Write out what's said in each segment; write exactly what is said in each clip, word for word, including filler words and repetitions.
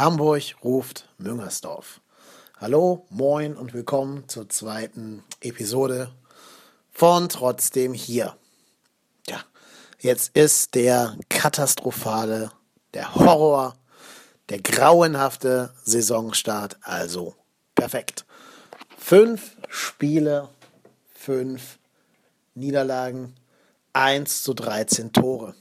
Hamburg ruft Müngersdorf. Hallo, moin und willkommen zur zweiten Episode von Trotzdem hier. Ja, jetzt ist der katastrophale, der Horror, der grauenhafte Saisonstart also perfekt. Fünf Spiele, fünf Niederlagen, eins zu dreizehn Tore.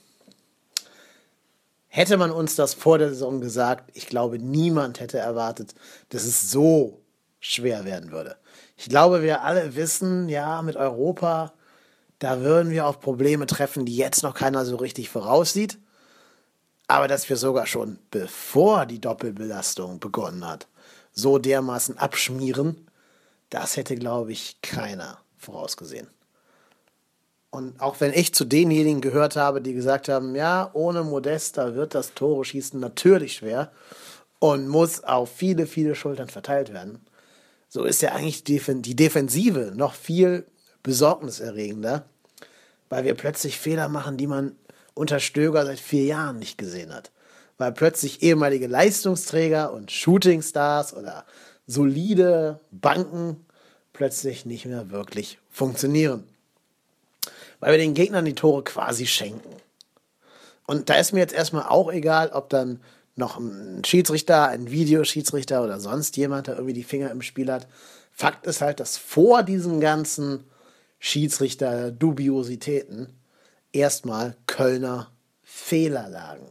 Hätte man uns das vor der Saison gesagt, ich glaube, niemand hätte erwartet, dass es so schwer werden würde. Ich glaube, wir alle wissen, ja, mit Europa, da würden wir auf Probleme treffen, die jetzt noch keiner so richtig voraussieht. Aber dass wir sogar schon, bevor die Doppelbelastung begonnen hat, so dermaßen abschmieren, das hätte, glaube ich, keiner vorausgesehen. Und auch wenn ich zu denjenigen gehört habe, die gesagt haben, ja, ohne Modesta wird das Tore schießen natürlich schwer und muss auf viele, viele Schultern verteilt werden, so ist ja eigentlich die Defensive noch viel besorgniserregender, weil wir plötzlich Fehler machen, die man unter Stöger seit vier Jahren nicht gesehen hat. Weil plötzlich ehemalige Leistungsträger und Shootingstars oder solide Banken plötzlich nicht mehr wirklich funktionieren. Weil wir den Gegnern die Tore quasi schenken. Und da ist mir jetzt erstmal auch egal, ob dann noch ein Schiedsrichter, ein Videoschiedsrichter oder sonst jemand, der irgendwie die Finger im Spiel hat. Fakt ist halt, dass vor diesen ganzen Schiedsrichter-Dubiositäten erstmal Kölner Fehler lagen.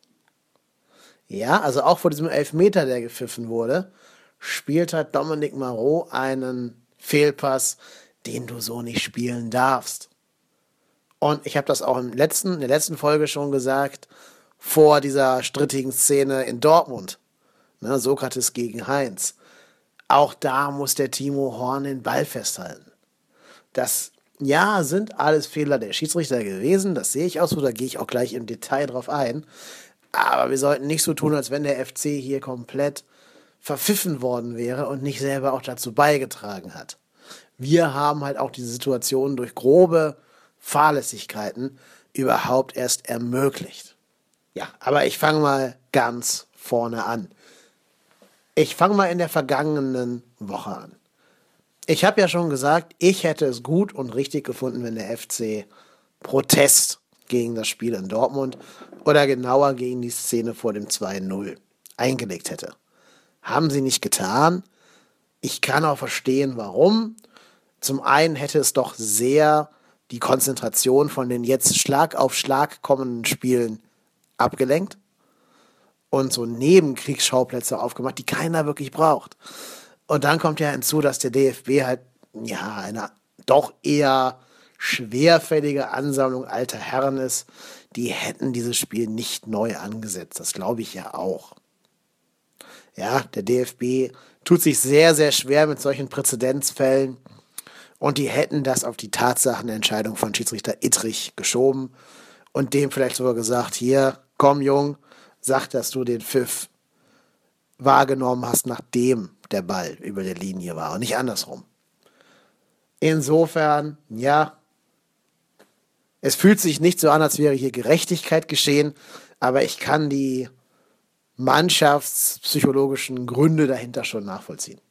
Ja, also auch vor diesem Elfmeter, der gepfiffen wurde, spielt halt Dominique Marot einen Fehlpass, den du so nicht spielen darfst. Und ich habe das auch im letzten, in der letzten Folge schon gesagt, vor dieser strittigen Szene in Dortmund, ne, Sokrates gegen Heinz. Auch da muss der Timo Horn den Ball festhalten. Das, ja, sind alles Fehler der Schiedsrichter gewesen, das sehe ich auch so, da gehe ich auch gleich im Detail drauf ein. Aber wir sollten nicht so tun, als wenn der F C hier komplett verpfiffen worden wäre und nicht selber auch dazu beigetragen hat. Wir haben halt auch diese Situation durch grobe Fahrlässigkeiten überhaupt erst ermöglicht. Ja, aber ich fange mal ganz vorne an. Ich fange mal in der vergangenen Woche an. Ich habe ja schon gesagt, ich hätte es gut und richtig gefunden, wenn der F C Protest gegen das Spiel in Dortmund oder genauer gegen die Szene vor dem zwei null eingelegt hätte. Haben sie nicht getan. Ich kann auch verstehen, warum. Zum einen hätte es doch sehr die Konzentration von den jetzt Schlag auf Schlag kommenden Spielen abgelenkt und so Nebenkriegsschauplätze aufgemacht, die keiner wirklich braucht. Und dann kommt ja hinzu, dass der D F B halt ja eine doch eher schwerfällige Ansammlung alter Herren ist. Die hätten dieses Spiel nicht neu angesetzt. Das glaube ich ja auch. Ja, der D F B tut sich sehr, sehr schwer mit solchen Präzedenzfällen. Und die hätten das auf die Tatsachenentscheidung von Schiedsrichter Ittrich geschoben und dem vielleicht sogar gesagt, hier, komm Jung, sag, dass du den Pfiff wahrgenommen hast, nachdem der Ball über der Linie war und nicht andersrum. Insofern, ja, es fühlt sich nicht so an, als wäre hier Gerechtigkeit geschehen, aber ich kann die mannschaftspsychologischen Gründe dahinter schon nachvollziehen.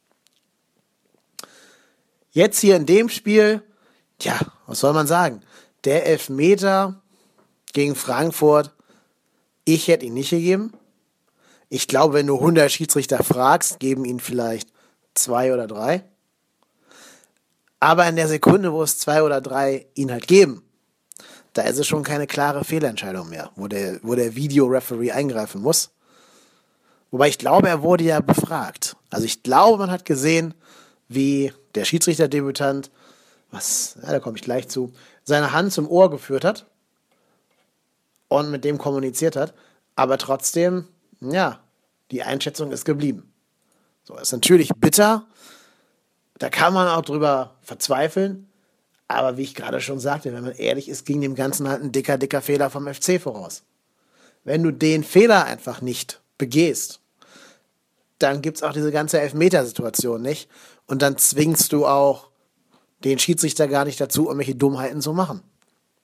Jetzt hier in dem Spiel, tja, was soll man sagen? Der Elfmeter gegen Frankfurt, ich hätte ihn nicht gegeben. Ich glaube, wenn du hundert Schiedsrichter fragst, geben ihn vielleicht zwei oder drei. Aber in der Sekunde, wo es zwei oder drei ihn halt geben, da ist es schon keine klare Fehlentscheidung mehr, wo der, wo der Videoreferee eingreifen muss. Wobei ich glaube, er wurde ja befragt. Also ich glaube, man hat gesehen, wie der Schiedsrichterdebütant, was, ja, da komme ich gleich zu, seine Hand zum Ohr geführt hat und mit dem kommuniziert hat, aber trotzdem, ja, die Einschätzung ist geblieben. So, ist natürlich bitter, da kann man auch drüber verzweifeln, aber wie ich gerade schon sagte, wenn man ehrlich ist, ging dem Ganzen halt ein dicker, dicker Fehler vom F C voraus. Wenn du den Fehler einfach nicht begehst, dann gibt es auch diese ganze Elfmetersituation nicht. Und dann zwingst du auch den Schiedsrichter gar nicht dazu, irgendwelche Dummheiten zu machen.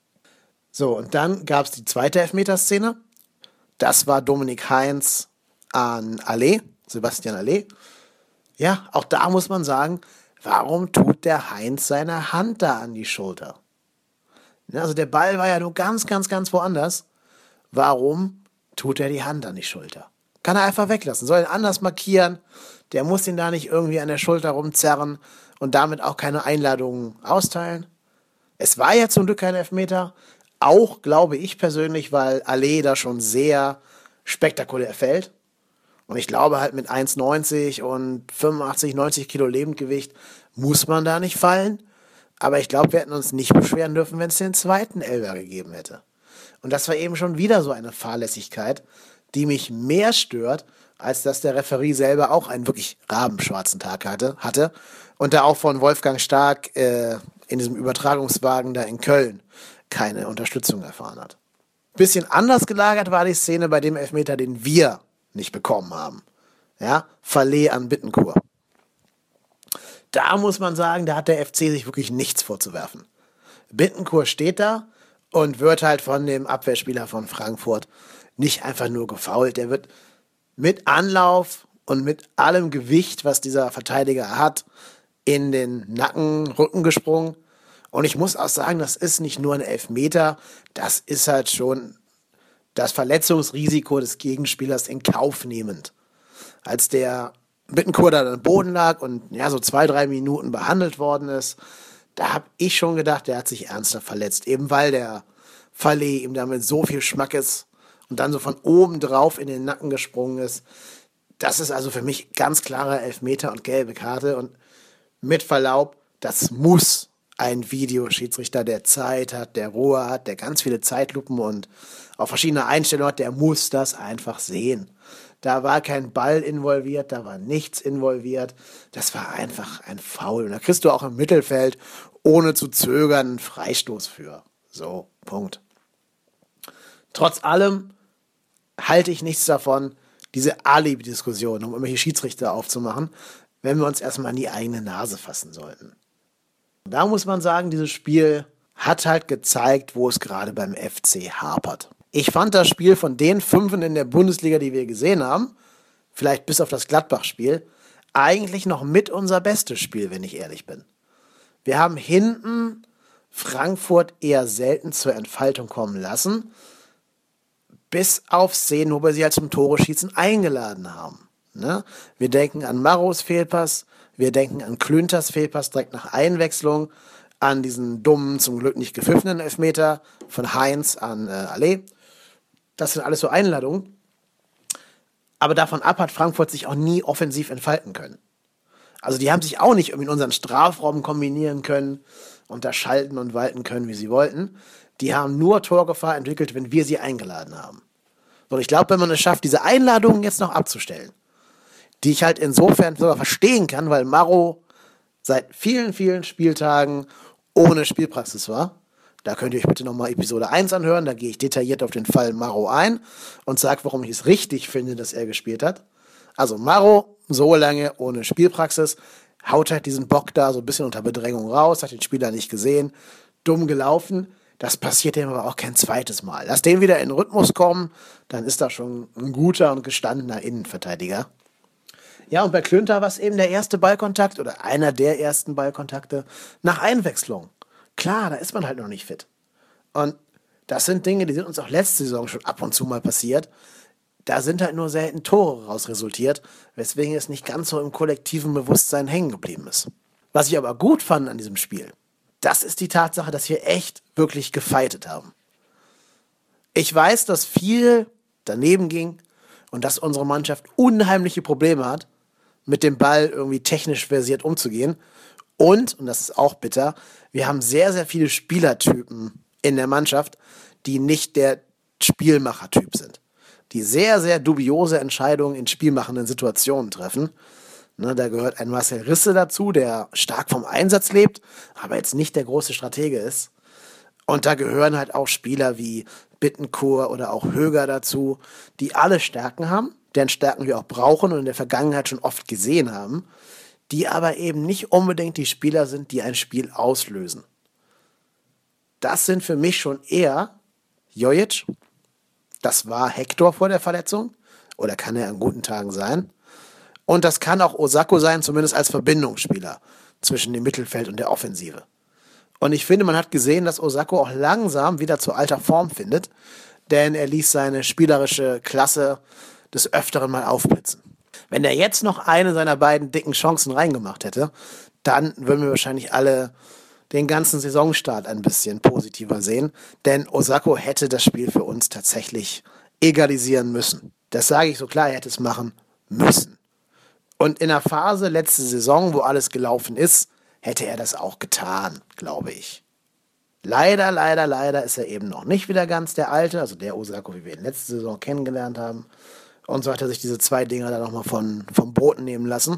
So, und dann gab es die zweite Elfmeterszene. Das war Dominik Heinz an Haller, Sebastian Haller. Ja, auch da muss man sagen, warum tut der Heinz seine Hand da an die Schulter? Also der Ball war ja nur ganz, ganz, ganz woanders. Warum tut er die Hand an die Schulter? Kann er einfach weglassen, soll ihn anders markieren. Der muss ihn da nicht irgendwie an der Schulter rumzerren und damit auch keine Einladungen austeilen. Es war ja zum Glück kein Elfmeter. Auch, glaube ich persönlich, weil Haller da schon sehr spektakulär fällt. Und ich glaube halt mit eins neunzig und fünfundachtzig, neunzig Kilo Lebendgewicht muss man da nicht fallen. Aber ich glaube, wir hätten uns nicht beschweren dürfen, wenn es den zweiten Elfer gegeben hätte. Und das war eben schon wieder so eine Fahrlässigkeit, die mich mehr stört, als dass der Referee selber auch einen wirklich rabenschwarzen Tag hatte, hatte und da auch von Wolfgang Stark äh, in diesem Übertragungswagen da in Köln keine Unterstützung erfahren hat. Bisschen anders gelagert war die Szene bei dem Elfmeter, den wir nicht bekommen haben. Ja, Verleh an Bittencourt. Da muss man sagen, da hat der F C sich wirklich nichts vorzuwerfen. Bittencourt steht da und wird halt von dem Abwehrspieler von Frankfurt nicht einfach nur gefoult. Der wird mit Anlauf und mit allem Gewicht, was dieser Verteidiger hat, in den Nacken, Rücken gesprungen. Und ich muss auch sagen, das ist nicht nur ein Elfmeter, das ist halt schon das Verletzungsrisiko des Gegenspielers in Kauf nehmend. Als der Bittencourt da am Boden lag und ja so zwei, drei Minuten behandelt worden ist, da habe ich schon gedacht, der hat sich ernster verletzt. Eben weil der Verleh ihm damit so viel Schmackes und dann so von oben drauf in den Nacken gesprungen ist. Das ist also für mich ganz klarer Elfmeter und gelbe Karte. Und mit Verlaub, das muss ein Videoschiedsrichter, der Zeit hat, der Ruhe hat, der ganz viele Zeitlupen und auch verschiedene Einstellungen hat, der muss das einfach sehen. Da war kein Ball involviert, da war nichts involviert. Das war einfach ein Foul. Und da kriegst du auch im Mittelfeld ohne zu zögern einen Freistoß für. So, Punkt. Trotz allem halte ich nichts davon, diese Alibi-Diskussion, um irgendwelche Schiedsrichter aufzumachen, wenn wir uns erstmal an die eigene Nase fassen sollten. Da muss man sagen, dieses Spiel hat halt gezeigt, wo es gerade beim F C hapert. Ich fand das Spiel von den Fünfen in der Bundesliga, die wir gesehen haben, vielleicht bis auf das Gladbach-Spiel, eigentlich noch mit unser bestes Spiel, wenn ich ehrlich bin. Wir haben hinten Frankfurt eher selten zur Entfaltung kommen lassen, bis auf Szenen, wo wir sie halt zum Tore-Schießen eingeladen haben. Ne? Wir denken an Maros Fehlpass, wir denken an Klünters Fehlpass direkt nach Einwechslung, an diesen dummen, zum Glück nicht gepfiffenen Elfmeter von Heinz an äh, Haller. Das sind alles so Einladungen. Aber davon ab hat Frankfurt sich auch nie offensiv entfalten können. Also die haben sich auch nicht in unseren Strafraum kombinieren können und da schalten und walten können, wie sie wollten. Die haben nur Torgefahr entwickelt, wenn wir sie eingeladen haben. Und ich glaube, wenn man es schafft, diese Einladungen jetzt noch abzustellen, die ich halt insofern sogar verstehen kann, weil Maro seit vielen, vielen Spieltagen ohne Spielpraxis war. Da könnt ihr euch bitte nochmal Episode eins anhören, da gehe ich detailliert auf den Fall Maro ein und sage, warum ich es richtig finde, dass er gespielt hat. Also Maro, so lange ohne Spielpraxis, haut halt diesen Bock da so ein bisschen unter Bedrängung raus, hat den Spieler nicht gesehen, dumm gelaufen. Das passiert ihm aber auch kein zweites Mal. Lass den wieder in den Rhythmus kommen, dann ist das schon ein guter und gestandener Innenverteidiger. Ja, und bei Klünter war es eben der erste Ballkontakt oder einer der ersten Ballkontakte nach Einwechslung. Klar, da ist man halt noch nicht fit. Und das sind Dinge, die sind uns auch letzte Saison schon ab und zu mal passiert. Da sind halt nur selten Tore raus resultiert, weswegen es nicht ganz so im kollektiven Bewusstsein hängen geblieben ist. Was ich aber gut fand an diesem Spiel, das ist die Tatsache, dass wir echt wirklich gefeitet haben. Ich weiß, dass viel daneben ging und dass unsere Mannschaft unheimliche Probleme hat, mit dem Ball irgendwie technisch versiert umzugehen. Und, und das ist auch bitter, wir haben sehr, sehr viele Spielertypen in der Mannschaft, die nicht der Spielmachertyp sind. Die sehr, sehr dubiose Entscheidungen in spielmachenden Situationen treffen. Ne, da gehört ein Marcel Risse dazu, der stark vom Einsatz lebt, aber jetzt nicht der große Stratege ist. Und da gehören halt auch Spieler wie Bittencourt oder auch Höger dazu, die alle Stärken haben, deren Stärken wir auch brauchen und in der Vergangenheit schon oft gesehen haben, die aber eben nicht unbedingt die Spieler sind, die ein Spiel auslösen. Das sind für mich schon eher Jojic, das war Hector vor der Verletzung, Oder kann er an guten Tagen sein. Und das kann auch Osako sein, zumindest als Verbindungsspieler zwischen dem Mittelfeld und der Offensive. Und ich finde, man hat gesehen, dass Osako auch langsam wieder zu alter Form findet, denn er ließ seine spielerische Klasse des Öfteren mal aufblitzen. Wenn er jetzt noch eine seiner beiden dicken Chancen reingemacht hätte, dann würden wir wahrscheinlich alle den ganzen Saisonstart ein bisschen positiver sehen, denn Osako hätte das Spiel für uns tatsächlich egalisieren müssen. Das sage ich so klar, er hätte es machen müssen. Und in der Phase letzte Saison, wo alles gelaufen ist, hätte er das auch getan, glaube ich. Leider, leider, leider ist er eben noch nicht wieder ganz der Alte, also der Osako, wie wir ihn letzte Saison kennengelernt haben. Und so hat er sich diese zwei Dinger dann nochmal von, vom Boden nehmen lassen.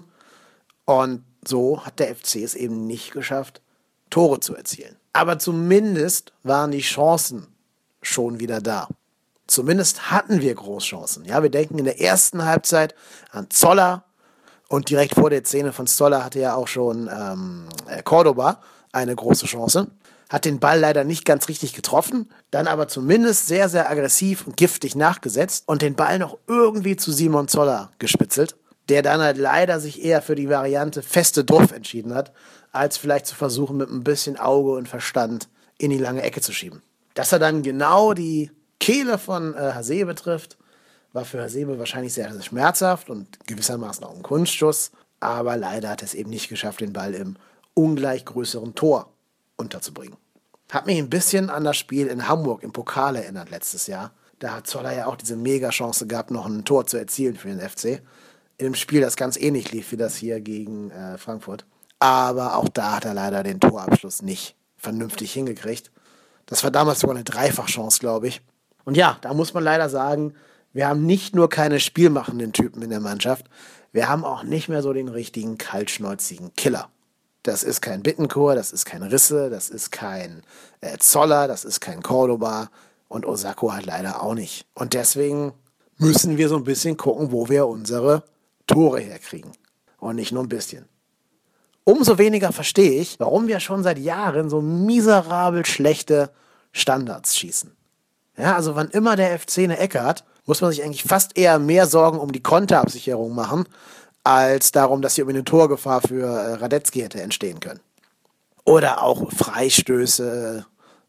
Und so hat der F C es eben nicht geschafft, Tore zu erzielen. Aber zumindest waren die Chancen schon wieder da. Zumindest hatten wir Großchancen. Ja, wir denken in der ersten Halbzeit an Zoller und direkt vor der Szene von Zoller hatte ja auch schon ähm, Cordoba eine große Chance. Hat den Ball leider nicht ganz richtig getroffen, dann aber zumindest sehr, sehr aggressiv und giftig nachgesetzt und den Ball noch irgendwie zu Simon Zoller gespitzelt, der dann halt leider sich eher für die Variante feste Druff entschieden hat, als vielleicht zu versuchen, mit ein bisschen Auge und Verstand in die lange Ecke zu schieben. Dass er dann genau die Kehle von äh, Hasebe trifft, war für Hasebe wahrscheinlich sehr, sehr schmerzhaft und gewissermaßen auch ein Kunstschuss, aber leider hat er es eben nicht geschafft, den Ball im ungleich größeren Tor unterzubringen. Hat mich ein bisschen an das Spiel in Hamburg im Pokal erinnert letztes Jahr. Da hat Zoller ja auch diese Mega-Chance gehabt, noch ein Tor zu erzielen für den F C. In einem Spiel, das ganz ähnlich lief wie das hier gegen äh, Frankfurt. Aber auch da hat er leider den Torabschluss nicht vernünftig hingekriegt. Das war damals sogar eine Dreifachchance, glaube ich. Und ja, da muss man leider sagen, wir haben nicht nur keine spielmachenden Typen in der Mannschaft, wir haben auch nicht mehr so den richtigen kaltschnäuzigen Killer. Das ist kein Bittencourt, das ist kein Risse, das ist kein äh, Zoller, das ist kein Cordoba und Osako halt leider auch nicht. Und deswegen müssen wir so ein bisschen gucken, wo wir unsere Tore herkriegen. Und nicht nur ein bisschen. Umso weniger verstehe ich, warum wir schon seit Jahren so miserabel schlechte Standards schießen. Ja, also wann immer der F C eine Ecke hat, muss man sich eigentlich fast eher mehr Sorgen um die Konterabsicherung machen, als darum, dass hier irgendwie eine Torgefahr für äh, Radetzky hätte entstehen können. Oder auch Freistöße,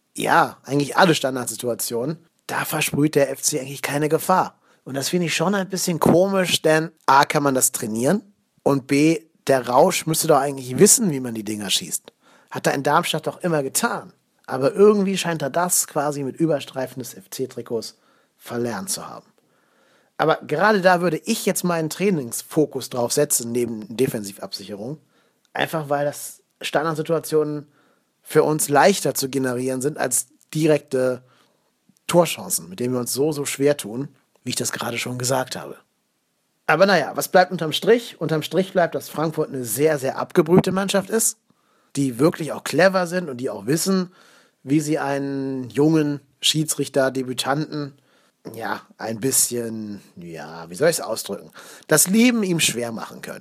ja, eigentlich alle Standardsituationen. Da versprüht der F C eigentlich keine Gefahr. Und das finde ich schon ein bisschen komisch, denn A, kann man das trainieren und B, der Rausch müsste doch eigentlich wissen, wie man die Dinger schießt. Hat er in Darmstadt doch immer getan. Aber irgendwie scheint er das quasi mit Überstreifen des F C-Trikots verlernt zu haben. Aber gerade da würde ich jetzt meinen Trainingsfokus drauf setzen, neben Defensivabsicherung. Einfach weil das Standardsituationen für uns leichter zu generieren sind als direkte Torchancen, mit denen wir uns so, so schwer tun, wie ich das gerade schon gesagt habe. Aber naja, was bleibt unterm Strich? Unterm Strich bleibt, dass Frankfurt eine sehr, sehr abgebrühte Mannschaft ist, die wirklich auch clever sind und die auch wissen, wie sie einen jungen Schiedsrichter, Debütanten, ja, ein bisschen, ja, wie soll ich es ausdrücken, das Leben ihm schwer machen können.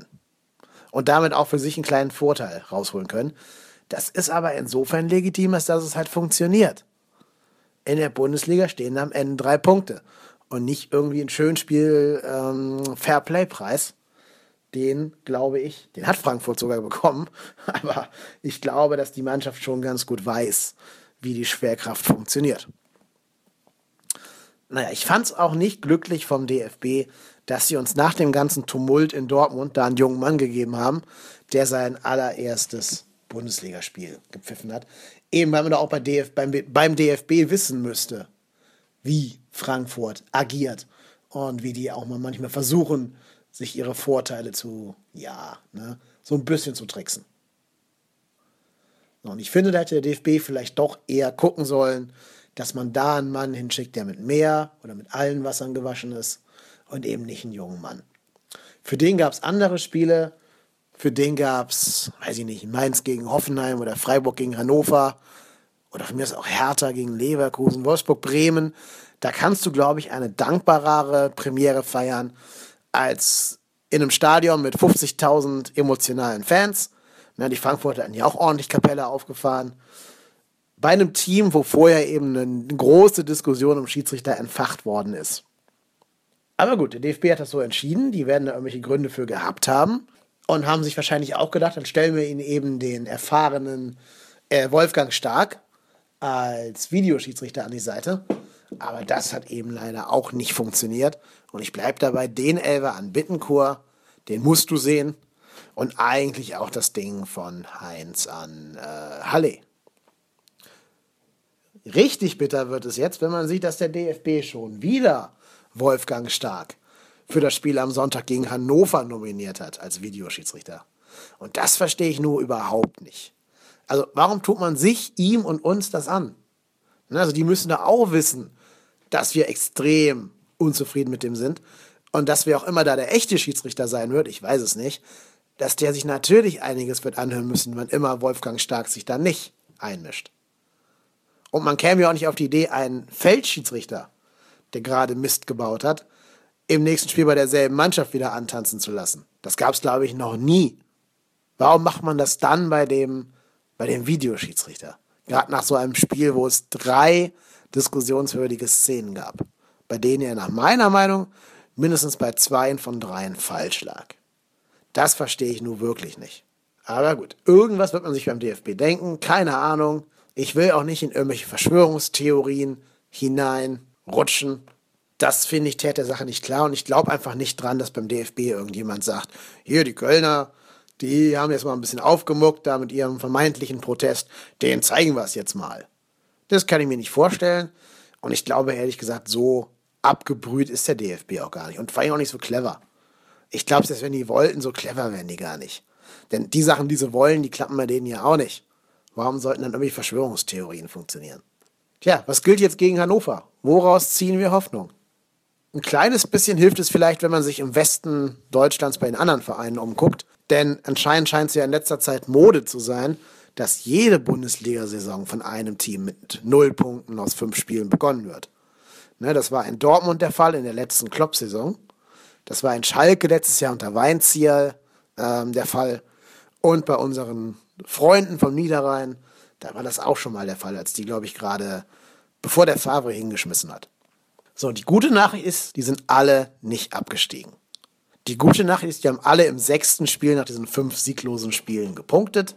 Und damit auch für sich einen kleinen Vorteil rausholen können. Das ist aber insofern legitim, als dass es halt funktioniert. In der Bundesliga stehen am Ende drei Punkte. Und nicht irgendwie ein Schönspiel ähm, Fair-Play-Preis. Den, glaube ich, den hat Frankfurt sogar bekommen. Aber ich glaube, dass die Mannschaft schon ganz gut weiß, wie die Schwerkraft funktioniert. Naja, ich fand es auch nicht glücklich vom D F B, dass sie uns nach dem ganzen Tumult in Dortmund da einen jungen Mann gegeben haben, der sein allererstes Bundesligaspiel gepfiffen hat. Eben weil man da auch bei D F, beim, beim D F B wissen müsste, wie Frankfurt agiert und wie die auch mal manchmal versuchen, sich ihre Vorteile zu, ja, ne, so ein bisschen zu tricksen. Und ich finde, da hätte der D F B vielleicht doch eher gucken sollen, dass man da einen Mann hinschickt, der mit Meer oder mit allen Wassern gewaschen ist und eben nicht einen jungen Mann. Für den gab es andere Spiele, für den gab es, weiß ich nicht, Mainz gegen Hoffenheim oder Freiburg gegen Hannover oder von mir ist auch Hertha gegen Leverkusen, Wolfsburg, Bremen. Da kannst du, glaube ich, eine dankbarere Premiere feiern als in einem Stadion mit fünfzigtausend emotionalen Fans. Ja, die Frankfurter hatten ja auch ordentlich Kapelle aufgefahren. Bei einem Team, wo vorher eben eine große Diskussion um Schiedsrichter entfacht worden ist. Aber gut, der D F B hat das so entschieden. Die werden da irgendwelche Gründe für gehabt haben und haben sich wahrscheinlich auch gedacht, dann stellen wir ihnen eben den erfahrenen äh, Wolfgang Stark als Videoschiedsrichter an die Seite. Aber das hat eben leider auch nicht funktioniert. Und ich bleibe dabei, den Elfer an Bittencourt, den musst du sehen. Und eigentlich auch das Ding von Heinz an äh, Halle. Richtig bitter wird es jetzt, wenn man sieht, dass der D F B schon wieder Wolfgang Stark für das Spiel am Sonntag gegen Hannover nominiert hat als Videoschiedsrichter. Und das verstehe ich nur überhaupt nicht. Also warum tut man sich, ihm und uns das an? Also die müssen da auch wissen, dass wir extrem unzufrieden mit dem sind und dass wir auch immer da der echte Schiedsrichter sein wird, ich weiß es nicht, dass der sich natürlich einiges wird anhören müssen, wann immer Wolfgang Stark sich da nicht einmischt. Und man käme ja auch nicht auf die Idee, einen Feldschiedsrichter, der gerade Mist gebaut hat, im nächsten Spiel bei derselben Mannschaft wieder antanzen zu lassen. Das gab es, glaube ich, noch nie. Warum macht man das dann bei dem, bei dem Videoschiedsrichter? Gerade nach so einem Spiel, wo es drei diskussionswürdige Szenen gab, bei denen er nach meiner Meinung mindestens bei zweien von dreien falsch lag. Das verstehe ich nun wirklich nicht. Aber gut, irgendwas wird man sich beim D F B denken, keine Ahnung. Ich will auch nicht in irgendwelche Verschwörungstheorien hineinrutschen. Das, finde ich, täte der Sache nicht klar. Und ich glaube einfach nicht dran, dass beim D F B irgendjemand sagt, hier, die Kölner, die haben jetzt mal ein bisschen aufgemuckt da mit ihrem vermeintlichen Protest. Den zeigen wir es jetzt mal. Das kann ich mir nicht vorstellen. Und ich glaube, ehrlich gesagt, so abgebrüht ist der D F B auch gar nicht. Und vor allem auch nicht so clever. Ich glaube, dass wenn die wollten, so clever wären die gar nicht. Denn die Sachen, die sie wollen, die klappen bei denen ja auch nicht. Warum sollten dann irgendwie Verschwörungstheorien funktionieren? Tja, was gilt jetzt gegen Hannover? Woraus ziehen wir Hoffnung? Ein kleines bisschen hilft es vielleicht, wenn man sich im Westen Deutschlands bei den anderen Vereinen umguckt. Denn anscheinend scheint es ja in letzter Zeit Mode zu sein, dass jede Bundesliga-Saison von einem Team mit null Punkten aus fünf Spielen begonnen wird. Ne, das war in Dortmund der Fall in der letzten Klopp-Saison. Das war in Schalke letztes Jahr unter Weinzierl ähm, der Fall. Und bei unseren Freunden vom Niederrhein, da war das auch schon mal der Fall, als die, glaube ich, gerade, bevor der Favre hingeschmissen hat. So, die gute Nachricht ist, die sind alle nicht abgestiegen. Die gute Nachricht ist, die haben alle im sechsten Spiel nach diesen fünf sieglosen Spielen gepunktet.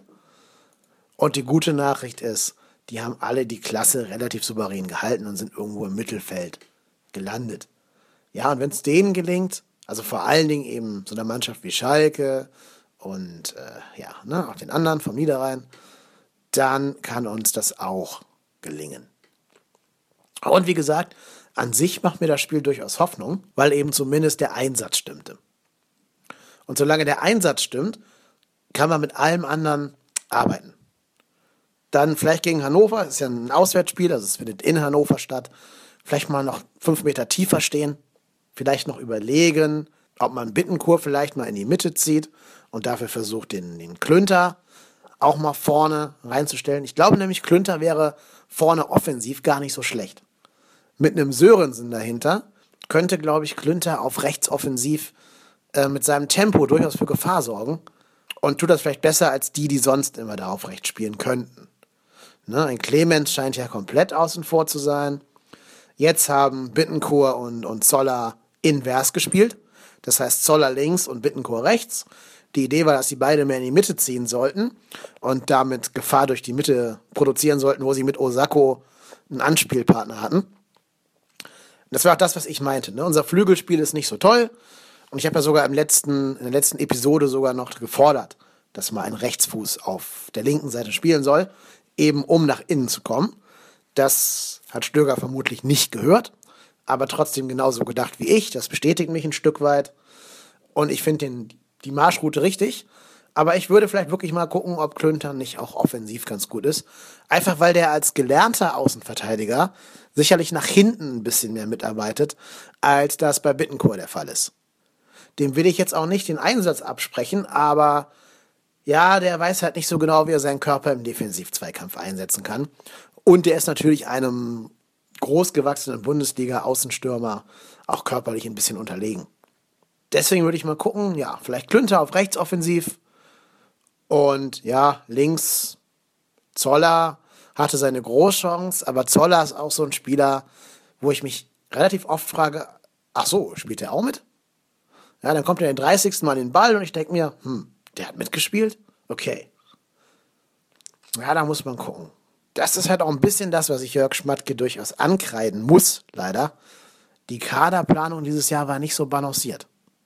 Und die gute Nachricht ist, die haben alle die Klasse relativ souverän gehalten und sind irgendwo im Mittelfeld gelandet. Ja, und wenn es denen gelingt, also vor allen Dingen eben so einer Mannschaft wie Schalke und äh, ja, ne, auch den anderen vom Niederrhein, dann kann uns das auch gelingen. Und wie gesagt, an sich macht mir das Spiel durchaus Hoffnung, weil eben zumindest der Einsatz stimmte. Und solange der Einsatz stimmt, kann man mit allem anderen arbeiten. Dann vielleicht gegen Hannover, das ist ja ein Auswärtsspiel, also es findet in Hannover statt, vielleicht mal noch fünf Meter tiefer stehen, vielleicht noch überlegen, ob man Bittencourt vielleicht mal in die Mitte zieht und dafür versucht, den, den Klünter auch mal vorne reinzustellen. Ich glaube nämlich, Klünter wäre vorne offensiv gar nicht so schlecht. Mit einem Sörensen dahinter könnte, glaube ich, Klünter auf rechts offensiv äh, mit seinem Tempo durchaus für Gefahr sorgen und tut das vielleicht besser als die, die sonst immer da auf rechts spielen könnten. Ne, ein Clemens scheint ja komplett außen vor zu sein. Jetzt haben Bittencourt und, und Zoller invers gespielt. Das heißt Zoller links und Bittencourt rechts. Die Idee war, dass sie beide mehr in die Mitte ziehen sollten und damit Gefahr durch die Mitte produzieren sollten, wo sie mit Osako einen Anspielpartner hatten. Das war auch das, was ich meinte. Ne? Unser Flügelspiel ist nicht so toll. Und ich habe ja sogar im letzten, in der letzten Episode sogar noch gefordert, dass mal ein Rechtsfuß auf der linken Seite spielen soll, eben um nach innen zu kommen. Das hat Stöger vermutlich nicht gehört, aber trotzdem genauso gedacht wie ich. Das bestätigt mich ein Stück weit. Und ich finde die Marschroute richtig. Aber ich würde vielleicht wirklich mal gucken, ob Klünter nicht auch offensiv ganz gut ist. Einfach weil der als gelernter Außenverteidiger sicherlich nach hinten ein bisschen mehr mitarbeitet, als das bei Bittencourt der Fall ist. Dem will ich jetzt auch nicht den Einsatz absprechen, aber ja, der weiß halt nicht so genau, wie er seinen Körper im Defensiv-Zweikampf einsetzen kann. Und der ist natürlich einem großgewachsenen Bundesliga-Außenstürmer auch körperlich ein bisschen unterlegen. Deswegen würde ich mal gucken, ja, vielleicht Klünter auf rechts offensiv und ja, links Zoller hatte seine Großchance, aber Zoller ist auch so ein Spieler, wo ich mich relativ oft frage, ach so, spielt der auch mit? Ja, dann kommt er den dreißigsten Mal den Ball und ich denke mir, hm, der hat mitgespielt? Okay. Ja, da muss man gucken. Das ist halt auch ein bisschen das, was ich Jörg Schmatke durchaus ankreiden muss, leider. Die Kaderplanung dieses Jahr war nicht so balanciert.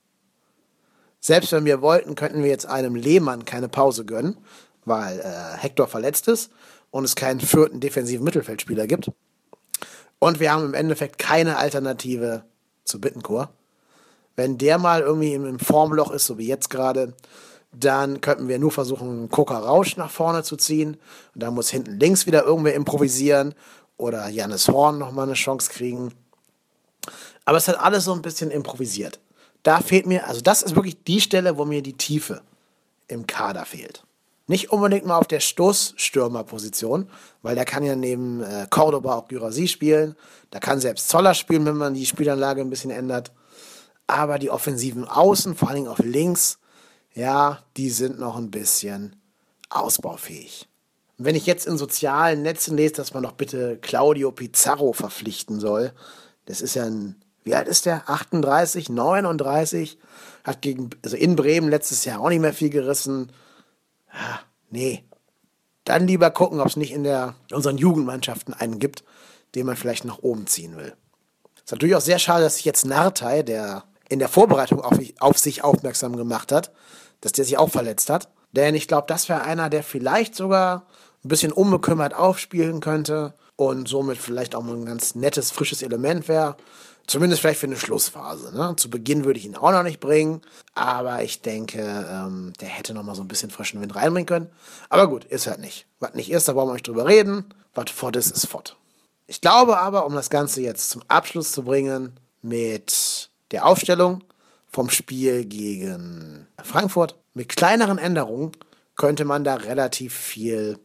Selbst wenn wir wollten, könnten wir jetzt einem Lehmann keine Pause gönnen, weil äh, Hector verletzt ist und es keinen vierten defensiven Mittelfeldspieler gibt. Und wir haben im Endeffekt keine Alternative zu Bittencourt. Wenn der mal irgendwie im, im Formloch ist, so wie jetzt gerade, dann könnten wir nur versuchen, Koka Rausch nach vorne zu ziehen. Und da muss hinten links wieder irgendwer improvisieren oder Jannis Horn nochmal eine Chance kriegen. Aber es hat alles so ein bisschen improvisiert. Da fehlt mir, also das ist wirklich die Stelle, wo mir die Tiefe im Kader fehlt. Nicht unbedingt mal auf der Stoßstürmerposition, weil der kann ja neben äh, Cordoba auch Guirassy spielen. Da kann selbst Zoller spielen, wenn man die Spielanlage ein bisschen ändert. Aber die offensiven Außen, vor allen Dingen auf links, ja, die sind noch ein bisschen ausbaufähig. Und wenn ich jetzt in sozialen Netzen lese, dass man doch bitte Claudio Pizarro verpflichten soll, das ist ja ein, wie alt ist der? achtunddreißig, neununddreißig, hat gegen, also in Bremen letztes Jahr auch nicht mehr viel gerissen. Ja, nee. Dann lieber gucken, ob es nicht in der, in unseren Jugendmannschaften einen gibt, den man vielleicht nach oben ziehen will. Es ist natürlich auch sehr schade, dass sich jetzt Nartey, der in der Vorbereitung auf, auf sich aufmerksam gemacht hat, dass der sich auch verletzt hat. Denn ich glaube, das wäre einer, der vielleicht sogar ein bisschen unbekümmert aufspielen könnte und somit vielleicht auch mal ein ganz nettes, frisches Element wäre. Zumindest vielleicht für eine Schlussphase. Ne? Zu Beginn würde ich ihn auch noch nicht bringen, aber ich denke, ähm, der hätte noch mal so ein bisschen frischen Wind reinbringen können. Aber gut, ist halt nicht. Was nicht ist, da brauchen wir nicht drüber reden. Was fort ist, ist fort. Ich glaube aber, um das Ganze jetzt zum Abschluss zu bringen, mit der Aufstellung vom Spiel gegen Frankfurt, mit kleineren Änderungen könnte man da relativ viel,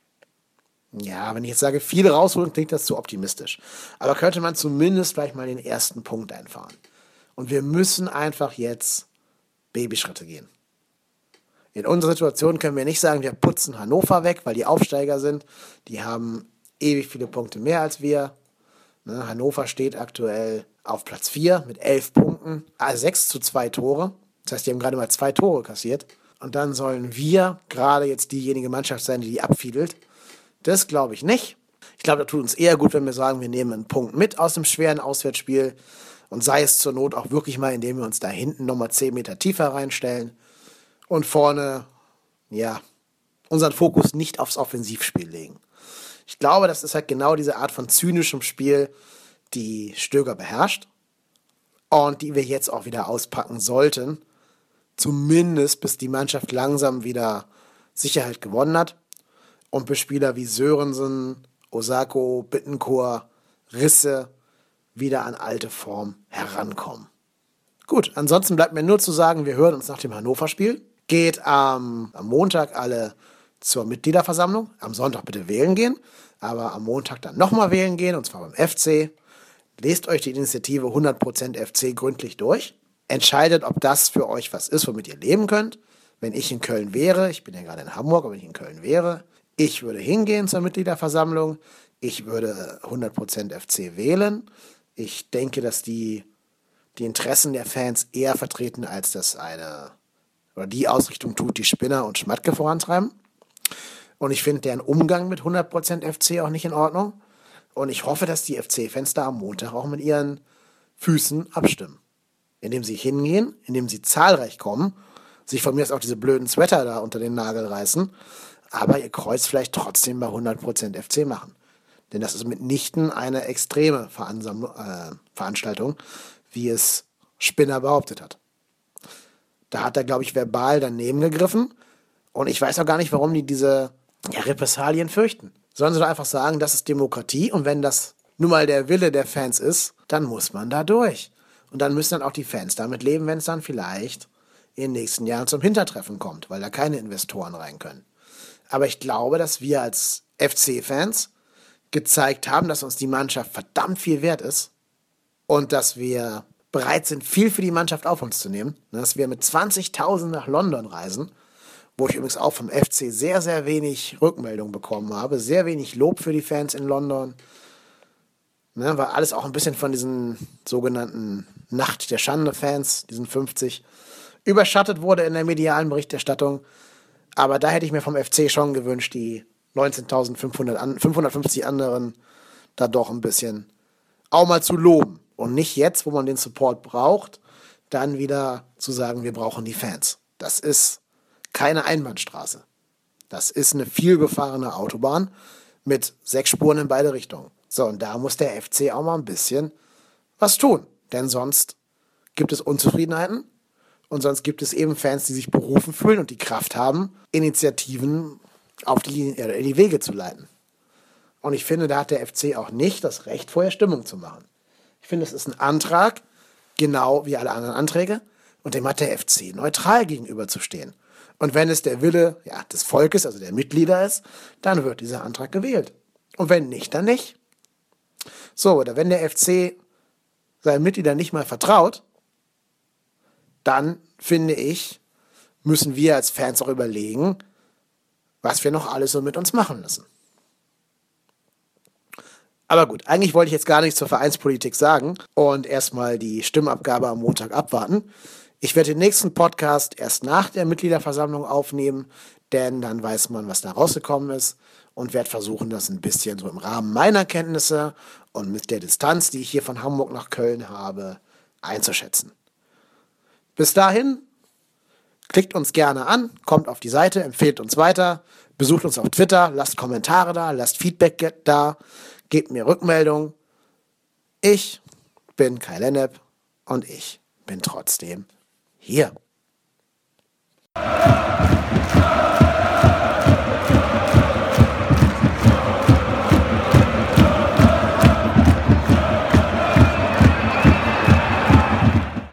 ja, wenn ich jetzt sage, viel rausholen, klingt das zu optimistisch. Aber könnte man zumindest vielleicht mal den ersten Punkt einfahren. Und wir müssen einfach jetzt Babyschritte gehen. In unserer Situation können wir nicht sagen, wir putzen Hannover weg, weil die Aufsteiger sind. Die haben ewig viele Punkte mehr als wir. Ne, Hannover steht aktuell auf Platz vier mit elf Punkten, also sechs zu zwei Tore. Das heißt, die haben gerade mal zwei Tore kassiert. Und dann sollen wir gerade jetzt diejenige Mannschaft sein, die die abfiedelt. Das glaube ich nicht. Ich glaube, da tut uns eher gut, wenn wir sagen, wir nehmen einen Punkt mit aus dem schweren Auswärtsspiel und sei es zur Not auch wirklich mal, indem wir uns da hinten nochmal zehn Meter tiefer reinstellen und vorne, ja, unseren Fokus nicht aufs Offensivspiel legen. Ich glaube, das ist halt genau diese Art von zynischem Spiel, die Stöger beherrscht und die wir jetzt auch wieder auspacken sollten, zumindest bis die Mannschaft langsam wieder Sicherheit gewonnen hat und bis Spieler wie Sörensen, Osako, Bittencourt, Risse wieder an alte Form herankommen. Gut, ansonsten bleibt mir nur zu sagen, wir hören uns nach dem Hannover-Spiel. Geht ähm, am Montag alle zur Mitgliederversammlung. Am Sonntag bitte wählen gehen, aber am Montag dann nochmal wählen gehen, und zwar beim F C. Lest euch die Initiative hundert Prozent F C gründlich durch. Entscheidet, ob das für euch was ist, womit ihr leben könnt. Wenn ich in Köln wäre, ich bin ja gerade in Hamburg, aber wenn ich in Köln wäre, ich würde hingehen zur Mitgliederversammlung. Ich würde hundert Prozent F C wählen. Ich denke, dass die, die Interessen der Fans eher vertreten, als das eine oder die Ausrichtung tut, die Spinner und Schmatke vorantreiben. Und ich finde deren Umgang mit hundert Prozent F C auch nicht in Ordnung. Und ich hoffe, dass die F C-Fans da am Montag auch mit ihren Füßen abstimmen. Indem sie hingehen, indem sie zahlreich kommen, sich von mir aus auch diese blöden Sweater da unter den Nagel reißen, aber ihr Kreuz vielleicht trotzdem bei hundert Prozent F C machen. Denn das ist mitnichten eine extreme Veransammlung, äh, Veranstaltung, wie es Spinner behauptet hat. Da hat er, glaube ich, verbal daneben gegriffen. Und ich weiß auch gar nicht, warum die diese ja, Repressalien fürchten. Sollen sie doch einfach sagen, das ist Demokratie. Und wenn das nun mal der Wille der Fans ist, dann muss man da durch. Und dann müssen dann auch die Fans damit leben, wenn es dann vielleicht in den nächsten Jahren zum Hintertreffen kommt, weil da keine Investoren rein können. Aber ich glaube, dass wir als F C-Fans gezeigt haben, dass uns die Mannschaft verdammt viel wert ist und dass wir bereit sind, viel für die Mannschaft auf uns zu nehmen. Dass wir mit zwanzigtausend nach London reisen, wo ich übrigens auch vom F C sehr, sehr wenig Rückmeldung bekommen habe, sehr wenig Lob für die Fans in London. ne, weil alles auch ein bisschen von diesen sogenannten Nacht der Schande-Fans, diesen fünfzig, überschattet wurde in der medialen Berichterstattung. Aber da hätte ich mir vom F C schon gewünscht, die neunzehntausendfünfhundertfünfzig anderen da doch ein bisschen auch mal zu loben. Und nicht jetzt, wo man den Support braucht, dann wieder zu sagen, wir brauchen die Fans. Das ist keine Einbahnstraße. Das ist eine vielbefahrene Autobahn mit sechs Spuren in beide Richtungen. So, und da muss der F C auch mal ein bisschen was tun. Denn sonst gibt es Unzufriedenheiten und sonst gibt es eben Fans, die sich berufen fühlen und die Kraft haben, Initiativen auf die, ja, in die Wege zu leiten. Und ich finde, da hat der F C auch nicht das Recht, vorher Stimmung zu machen. Ich finde, es ist ein Antrag, genau wie alle anderen Anträge, und dem hat der F C neutral gegenüberzustehen. Und wenn es der Wille, ja, des Volkes, also der Mitglieder ist, dann wird dieser Antrag gewählt. Und wenn nicht, dann nicht. So, oder wenn der F C seinen Mitgliedern nicht mal vertraut, dann, finde ich, müssen wir als Fans auch überlegen, was wir noch alles so mit uns machen lassen. Aber gut, eigentlich wollte ich jetzt gar nichts zur Vereinspolitik sagen und erstmal die Stimmabgabe am Montag abwarten. Ich werde den nächsten Podcast erst nach der Mitgliederversammlung aufnehmen, denn dann weiß man, was da rausgekommen ist, und werde versuchen, das ein bisschen so im Rahmen meiner Kenntnisse und mit der Distanz, die ich hier von Hamburg nach Köln habe, einzuschätzen. Bis dahin, klickt uns gerne an, kommt auf die Seite, empfehlt uns weiter, besucht uns auf Twitter, lasst Kommentare da, lasst Feedback da, gebt mir Rückmeldung. Ich bin Kai Lennep und ich bin trotzdem hier.